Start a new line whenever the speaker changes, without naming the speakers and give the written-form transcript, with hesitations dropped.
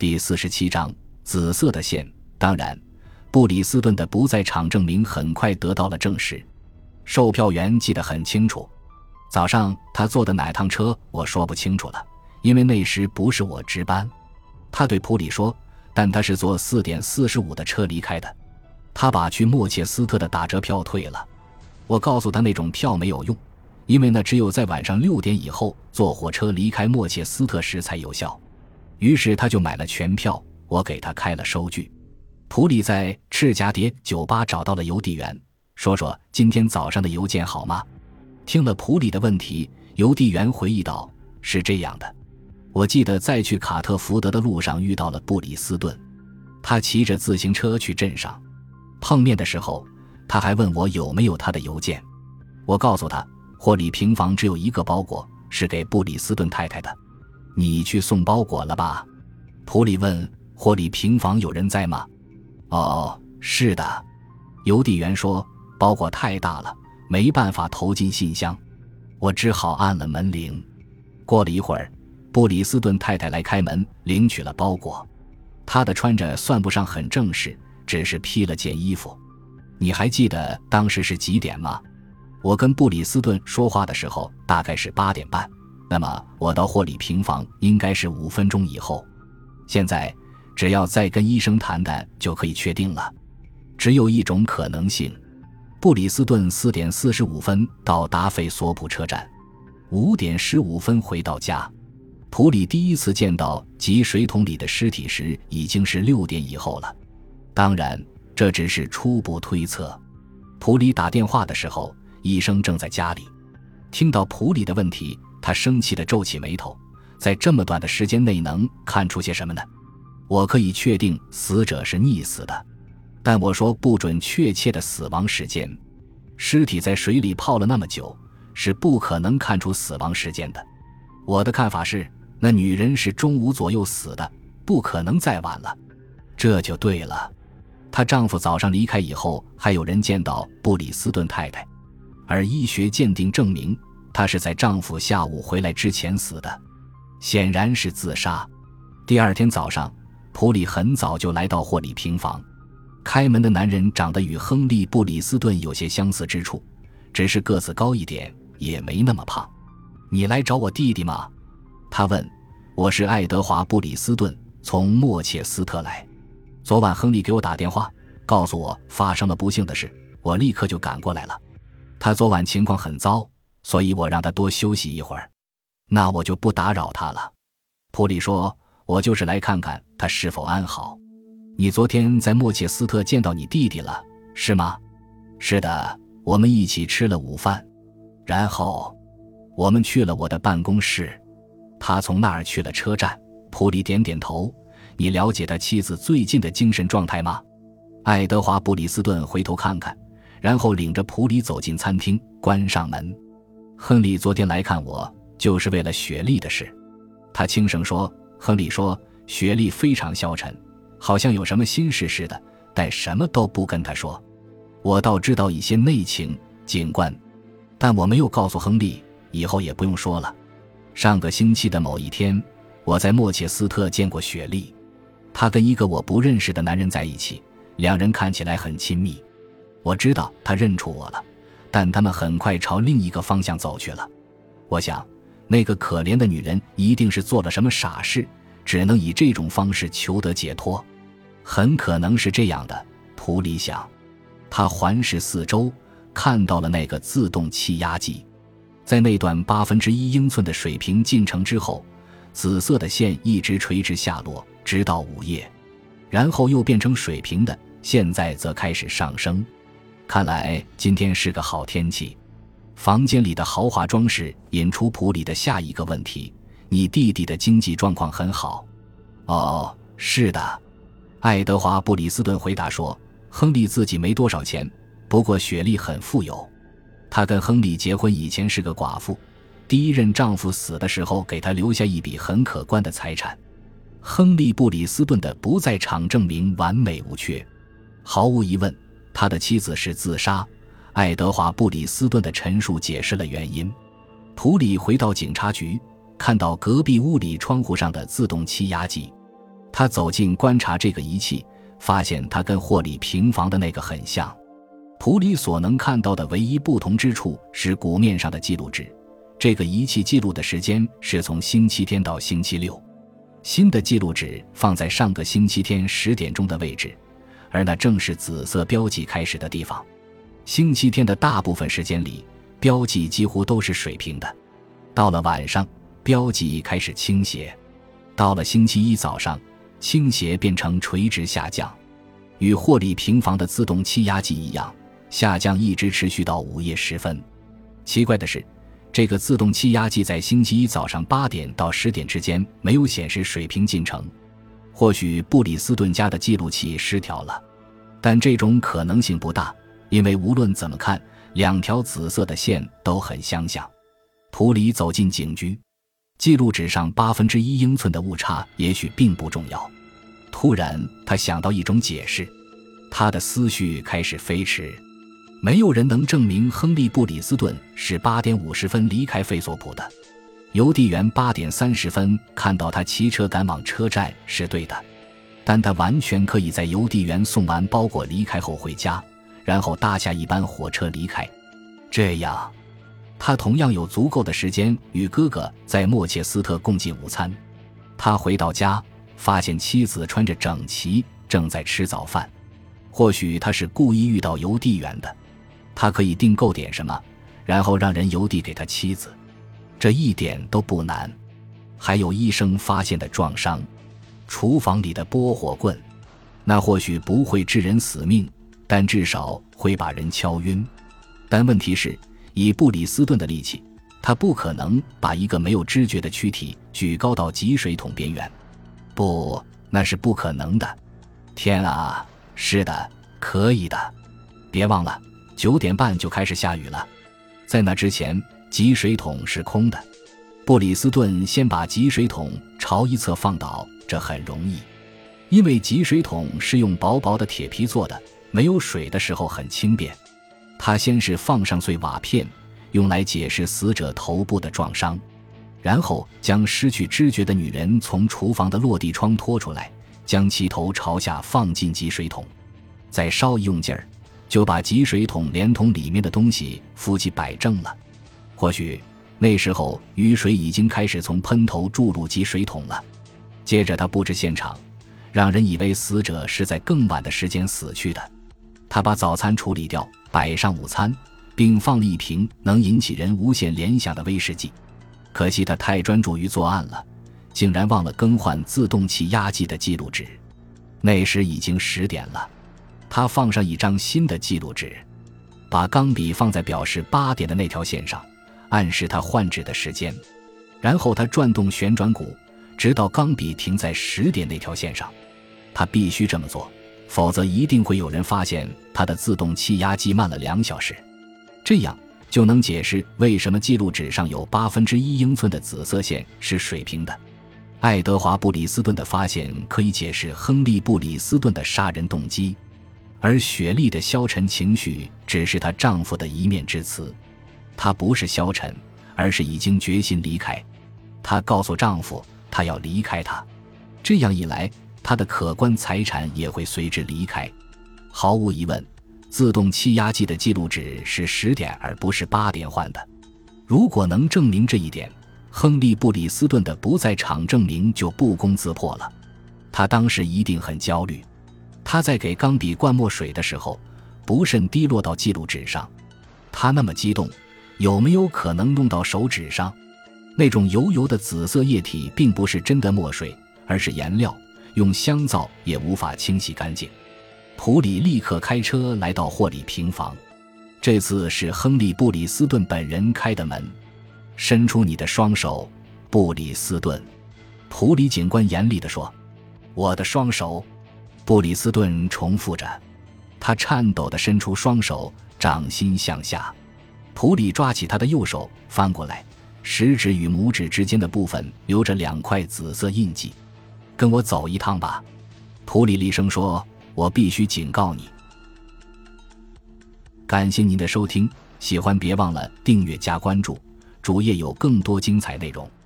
第47章紫色的线。当然，布里斯顿的不在场证明很快得到了证实。售票员记得很清楚，早上他坐的哪趟车我说不清楚了，因为那时不是我值班。他对普里说，但他是坐4点45的车离开的。他把去莫切斯特的打折票退了。我告诉他那种票没有用，因为那只有在晚上6点以后坐火车离开莫切斯特时才有效。于是他就买了全票，我给他开了收据。普里在赤蛱蝶酒吧找到了邮递员，说今天早上的邮件好吗？听了普里的问题，邮递员回忆道，是这样的，我记得在去卡特福德的路上遇到了布里斯顿，他骑着自行车去镇上，碰面的时候他还问我有没有他的邮件。我告诉他霍里平房只有一个包裹，是给布里斯顿太太的。你去送包裹了吧？普里问，霍里平房有人在吗？哦，是的。邮递员说，包裹太大了，没办法投进信箱。我只好按了门铃。过了一会儿，布里斯顿太太来开门，领取了包裹。她的穿着算不上很正式，只是披了件衣服。你还记得当时是几点吗？我跟布里斯顿说话的时候大概是8点半，那么我到霍里平房应该是5分钟以后。现在只要再跟医生谈谈就可以确定了。只有一种可能性，布里斯顿4点45分到达费索普车站，5点15分回到家。普里第一次见到集水桶里的尸体时已经是6点以后了。当然这只是初步推测。普里打电话的时候，医生正在家里。听到普里的问题，他生气地皱起眉头，在这么短的时间内能看出些什么呢？我可以确定死者是溺死的，但我说不准确切的死亡时间。尸体在水里泡了那么久，是不可能看出死亡时间的。我的看法是，那女人是中午左右死的，不可能再晚了。这就对了。她丈夫早上离开以后，还有人见到布里斯顿太太，而医学鉴定证明她是在丈夫下午回来之前死的，显然是自杀。第二天早上，普里很早就来到霍里平房。开门的男人长得与亨利·布里斯顿有些相似之处，只是个子高一点，也没那么胖。你来找我弟弟吗？他问。我是爱德华·布里斯顿，从莫切斯特来。昨晚亨利给我打电话，告诉我发生了不幸的事，我立刻就赶过来了。他昨晚情况很糟，所以我让他多休息一会儿。那我就不打扰他了。普里说，我就是来看看他是否安好。你昨天在莫切斯特见到你弟弟了，是吗？是的，我们一起吃了午饭，然后我们去了我的办公室，他从那儿去了车站。普里点点头。你了解他妻子最近的精神状态吗？爱德华·布里斯顿回头看看，然后领着普里走进餐厅，关上门。亨利昨天来看我，就是为了雪莉的事。他轻声说。亨利说，雪莉非常消沉，好像有什么心事似的，但什么都不跟他说。我倒知道一些内情，警官，但我没有告诉亨利，以后也不用说了。上个星期的某一天，我在莫切斯特见过雪莉，她跟一个我不认识的男人在一起，两人看起来很亲密。我知道她认出我了，但他们很快朝另一个方向走去了。我想那个可怜的女人一定是做了什么傻事，只能以这种方式求得解脱。很可能是这样的，普里想。他环视四周，看到了那个自动气压计。在那段1/8英寸的水平进程之后，紫色的线一直垂直下落，直到午夜，然后又变成水平的，现在则开始上升。看来今天是个好天气。房间里的豪华装饰引出普里的下一个问题，你弟弟的经济状况很好。哦，是的，爱德华·布里斯顿回答说，亨利自己没多少钱，不过雪莉很富有。她跟亨利结婚以前是个寡妇，第一任丈夫死的时候给她留下一笔很可观的财产。亨利·布里斯顿的不在场证明完美无缺，毫无疑问他的妻子是自杀。爱德华·布里斯顿的陈述解释了原因。普里回到警察局，看到隔壁屋里窗户上的自动气压计。 他走近观察这个仪器，发现它跟霍里平房的那个很像。普里所能看到的唯一不同之处是鼓面上的记录纸，这个仪器记录的时间是从星期天到星期六。新的记录纸放在上个星期天10点钟的位置，而那正是紫色标记开始的地方。星期天的大部分时间里，标记几乎都是水平的。到了晚上，标记开始倾斜。到了星期一早上，倾斜变成垂直下降。与霍里平房的自动气压计一样，下降一直持续到午夜时分。奇怪的是，这个自动气压计在星期一早上8点到10点之间没有显示水平进程。或许布里斯顿家的记录器失调了，但这种可能性不大，因为无论怎么看，2条紫色的线都很相像。普里走进警局，记录纸上1/8英寸的误差也许并不重要。突然他想到一种解释，他的思绪开始飞驰。没有人能证明亨利·布里斯顿是8点50分离开费索普的。邮递员8点30分看到他骑车赶往车站是对的，但他完全可以在邮递员送完包裹离开后回家，然后搭下一班火车离开。这样他同样有足够的时间与哥哥在莫切斯特共进午餐。他回到家，发现妻子穿着整齐，正在吃早饭。或许他是故意遇到邮递员的，他可以订购点什么，然后让人邮递给他妻子，这一点都不难。还有医生发现的撞伤，厨房里的拨火棍，那或许不会致人死命，但至少会把人敲晕。但问题是，以布里斯顿的力气，他不可能把一个没有知觉的躯体举高到集水桶边缘。不，那是不可能的。天啊，是的，可以的。别忘了9点半就开始下雨了，在那之前集水桶是空的。布里斯顿先把集水桶朝一侧放倒，这很容易，因为集水桶是用薄薄的铁皮做的，没有水的时候很轻便。他先是放上碎瓦片，用来解释死者头部的撞伤，然后将失去知觉的女人从厨房的落地窗拖出来，将其头朝下放进集水桶，再稍一用劲儿，就把集水桶连同里面的东西扶起摆正了。或许那时候雨水已经开始从喷头注入集水桶了。接着他布置现场，让人以为死者是在更晚的时间死去的。他把早餐处理掉，摆上午餐，并放了一瓶能引起人无限联想的威士忌。可惜他太专注于作案了，竟然忘了更换自动气压计的记录纸。那时已经10点了，他放上一张新的记录纸，把钢笔放在表示8点的那条线上，暗示他换纸的时间。然后他转动旋转鼓，直到钢笔停在10点那条线上。他必须这么做，否则一定会有人发现他的自动气压计慢了2小时。这样就能解释为什么记录纸上有1/8英寸的紫色线是水平的。爱德华·布里斯顿的发现可以解释亨利·布里斯顿的杀人动机，而雪莉的消沉情绪只是她丈夫的一面之词。她不是消沉，而是已经决心离开。她告诉丈夫她要离开他，这样一来她的可观财产也会随之离开。毫无疑问，自动气压计的记录纸是10点而不是8点换的。如果能证明这一点，亨利·布里斯顿的不在场证明就不攻自破了。他当时一定很焦虑，他在给钢笔灌墨水的时候，不慎滴落到记录纸上。他那么激动，有没有可能弄到手指上？那种油油的紫色液体并不是真的墨水，而是颜料，用香皂也无法清洗干净。普里立刻开车来到霍里平房，这次是亨利·布里斯顿本人开的门。伸出你的双手，布里斯顿。普里警官严厉地说。我的双手，布里斯顿重复着。他颤抖地伸出双手，掌心向下。普里抓起他的右手，翻过来，食指与拇指之间的部分留着2块紫色印记。跟我走一趟吧，普里厉声说，我必须警告你。感谢您的收听，喜欢别忘了订阅加关注，主页有更多精彩内容。